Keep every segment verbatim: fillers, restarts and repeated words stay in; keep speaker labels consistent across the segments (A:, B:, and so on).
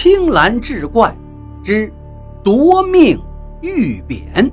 A: 青蓝志怪之夺命玉匾。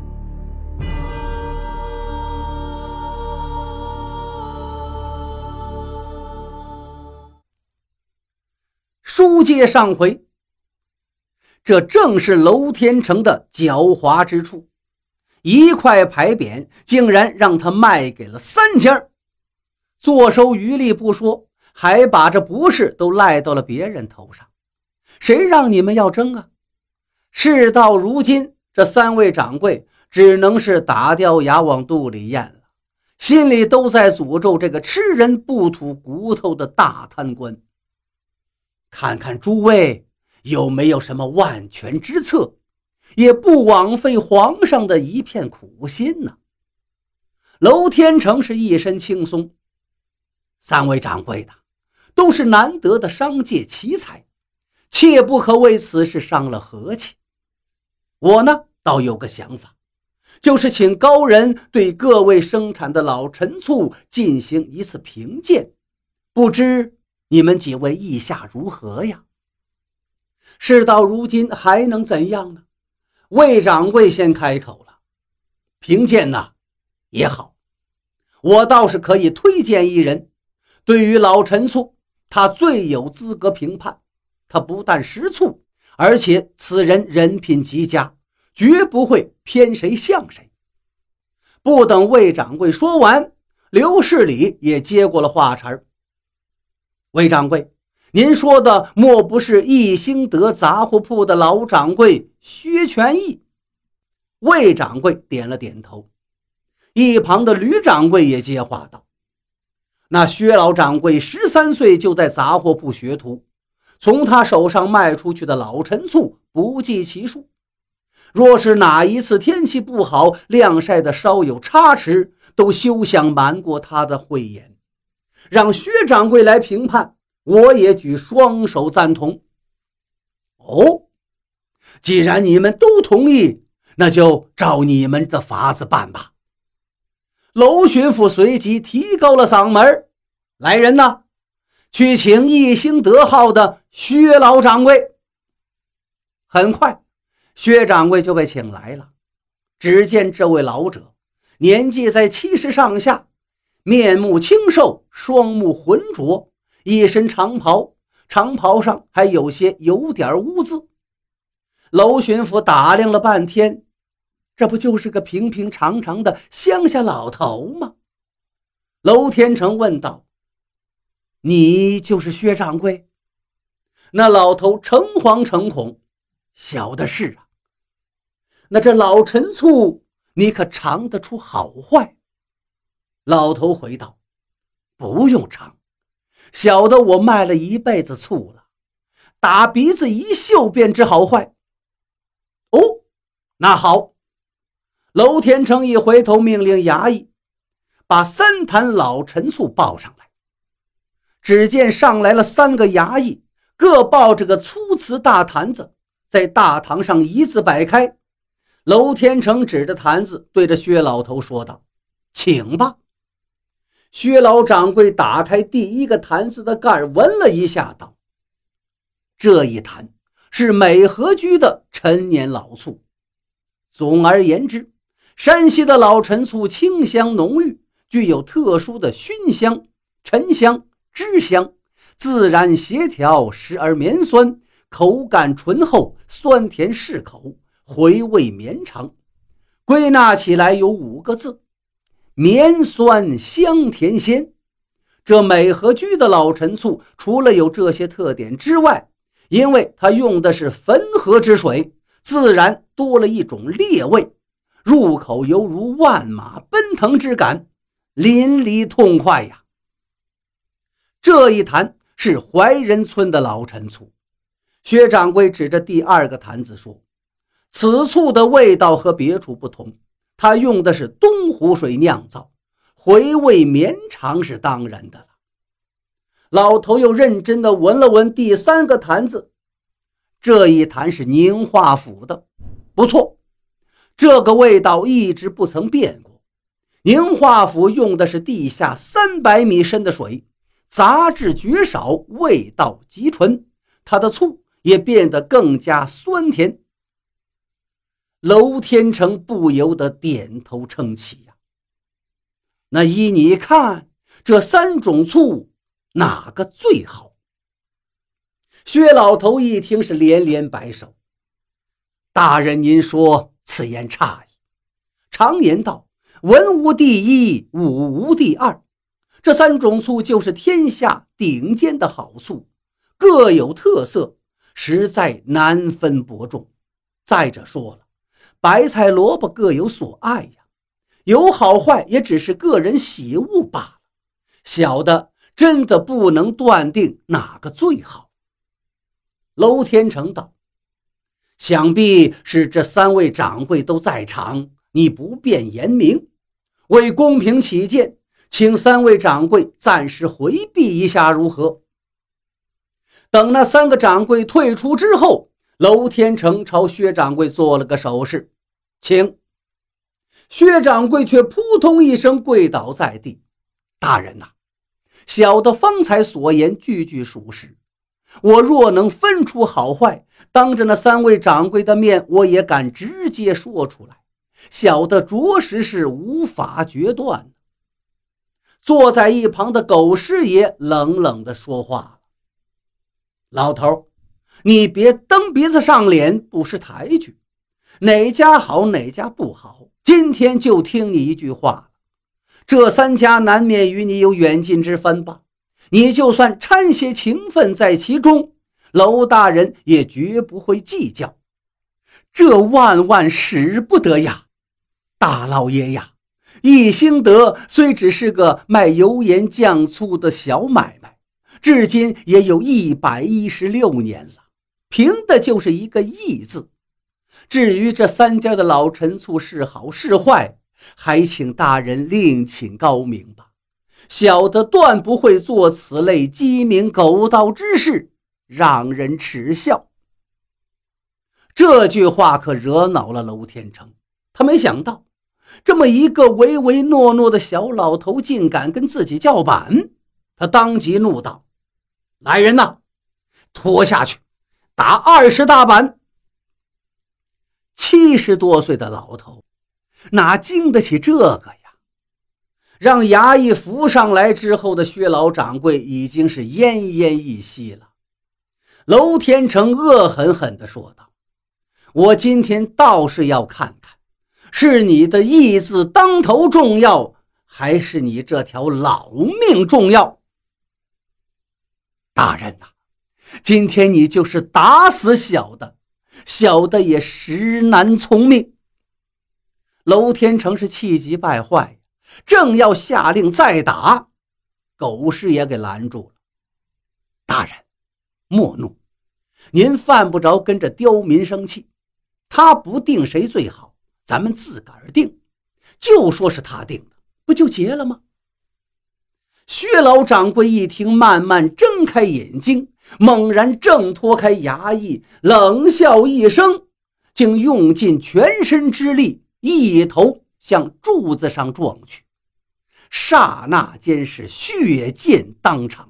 A: 书接上回，这正是楼天成的狡猾之处，一块牌匾竟然让他卖给了三家，坐收渔利不说，还把这不是都赖到了别人头上。谁让你们要争啊？事到如今，这三位掌柜只能是打掉牙往肚里咽了，心里都在诅咒这个吃人不吐骨头的大贪官。看看诸位有没有什么万全之策，也不枉费皇上的一片苦心呢。楼天成是一身轻松，三位掌柜的都是难得的商界奇才，切不可为此事伤了和气。我呢倒有个想法，就是请高人对各位生产的老陈醋进行一次评鉴，不知你们几位意下如何呀？事到如今还能怎样呢？魏掌柜先开口了。评鉴呢也好，我倒是可以推荐一人，对于老陈醋他最有资格评判。他不但识醋，而且此人人品极佳，绝不会偏谁向谁。不等魏掌柜说完，刘世礼也接过了话茬。魏掌柜，您说的莫不是义兴德杂货铺的老掌柜薛全义？魏掌柜点了点头。一旁的吕掌柜也接话道：那薛老掌柜十三岁就在杂货铺学徒，从他手上卖出去的老陈醋不计其数，若是哪一次天气不好，晾晒的稍有差池，都休想瞒过他的慧眼。让薛掌柜来评判，我也举双手赞同。哦，既然你们都同意，那就照你们的法子办吧。娄巡抚随即提高了嗓门：来人呐，去请义兴德号的薛老掌柜。很快薛掌柜就被请来了。只见这位老者年纪在七十上下，面目清瘦，双目浑浊，一身长袍，长袍上还有些有点污渍。娄巡抚打量了半天，这不就是个平平常常的乡下老头吗？娄天成问道：你就是薛掌柜？那老头诚惶诚恐：小的是啊。那这老陈醋你可尝得出好坏？老头回道：不用尝，小的我卖了一辈子醋了，打鼻子一嗅便知好坏。哦，那好。娄天成一回头命令衙役把三坛老陈醋抱上来。只见上来了三个衙役，各抱着个粗瓷大坛子，在大堂上一字摆开。娄天成指着坛子对着薛老头说道：请吧。薛老掌柜打开第一个坛子的盖，闻了一下道：这一坛是美和居的陈年老醋。总而言之，山西的老陈醋清香浓郁，具有特殊的熏香、沉香、脂香，自然协调，时而绵酸，口感醇厚，酸甜适口，回味绵长。归纳起来有五个字：绵酸香甜鲜。这美和居的老陈醋除了有这些特点之外，因为它用的是汾河之水，自然多了一种烈味，入口犹如万马奔腾之感，淋漓痛快呀。这一坛是怀仁村的老陈醋。薛掌柜指着第二个坛子说：此醋的味道和别处不同，它用的是东湖水酿造，回味绵长是当然的了。老头又认真地闻了闻第三个坛子，这一坛是宁化府的，不错，这个味道一直不曾变过。宁化府用的是地下三百米深的水，杂质绝少，味道极纯，它的醋也变得更加酸甜。娄天成不由得点头称奇呀、啊。那依你看，这三种醋哪个最好？薛老头一听是连连摆手。大人您说，此言差矣。常言道，文无第一，武无第二，这三种醋就是天下顶尖的好醋，各有特色，实在难分伯仲。再者说了，白菜萝卜各有所爱呀，有好坏也只是个人喜恶罢了，小的真的不能断定哪个最好。娄天成道：想必是这三位掌柜都在场，你不便言明，为公平起见，请三位掌柜暂时回避一下如何？等那三个掌柜退出之后，娄天成朝薛掌柜做了个手势，请。薛掌柜却扑通一声跪倒在地：大人呐、啊，小的方才所言句句属实，我若能分出好坏，当着那三位掌柜的面，我也敢直接说出来，小的着实是无法决断。坐在一旁的狗师爷冷冷地说话了：老头，你别蹬鼻子上脸，不识抬举，哪家好哪家不好，今天就听你一句话了。这三家难免与你有远近之分吧，你就算掺些情分在其中，娄大人也绝不会计较，这万万使不得呀。大老爷呀，易兴德虽只是个卖油盐酱醋的小买卖，至今也有一百一十六年了，凭的就是一个义字。至于这三家的老陈醋是好是坏，还请大人另请高明吧，小的断不会做此类鸡鸣狗盗之事，让人耻笑。这句话可惹恼了娄天成，他没想到这么一个唯唯诺诺的小老头竟敢跟自己叫板，他当即怒道：来人呐，拖下去，打二十大板。七十多岁的老头哪经得起这个呀？让衙役扶上来之后的薛老掌柜已经是奄奄一息了。娄天成恶狠狠地说道：我今天倒是要看看，是你的义字当头重要，还是你这条老命重要？大人呐、啊，今天你就是打死小的，小的也实难从命。娄天成是气急败坏，正要下令再打，狗师爷给拦住了。大人莫怒，您犯不着跟着刁民生气，他不定谁最好，咱们自个儿定，就说是他定的，不就结了吗？薛老掌柜一听，慢慢睁开眼睛，猛然挣脱开衙役，冷笑一声，竟用尽全身之力，一头向柱子上撞去。刹那间是血溅当场。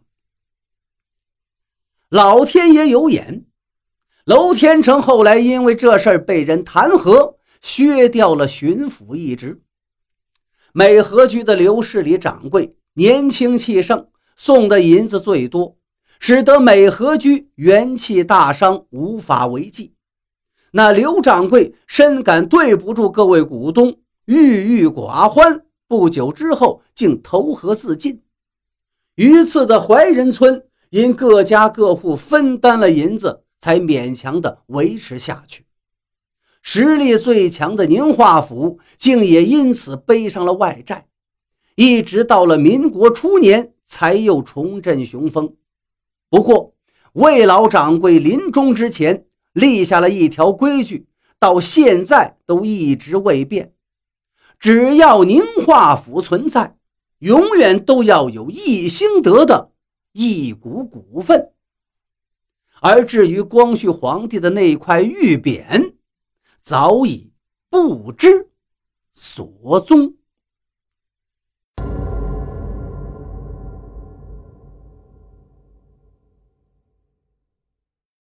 A: 老天爷有眼，娄天成后来因为这事儿被人弹劾，削掉了巡抚一职。美和居的刘氏里掌柜年轻气盛，送的银子最多，使得美和居元气大伤，无法为继。那刘掌柜深感对不住各位股东，郁郁寡欢，不久之后竟投河自尽。榆次的怀仁村因各家各户分担了银子，才勉强的维持下去。实力最强的宁化府竟也因此背上了外债，一直到了民国初年才又重振雄风。不过魏老掌柜临终之前立下了一条规矩，到现在都一直未变，只要宁化府存在，永远都要有易兴德的一股股份。而至于光绪皇帝的那块玉匾，早已不知所踪。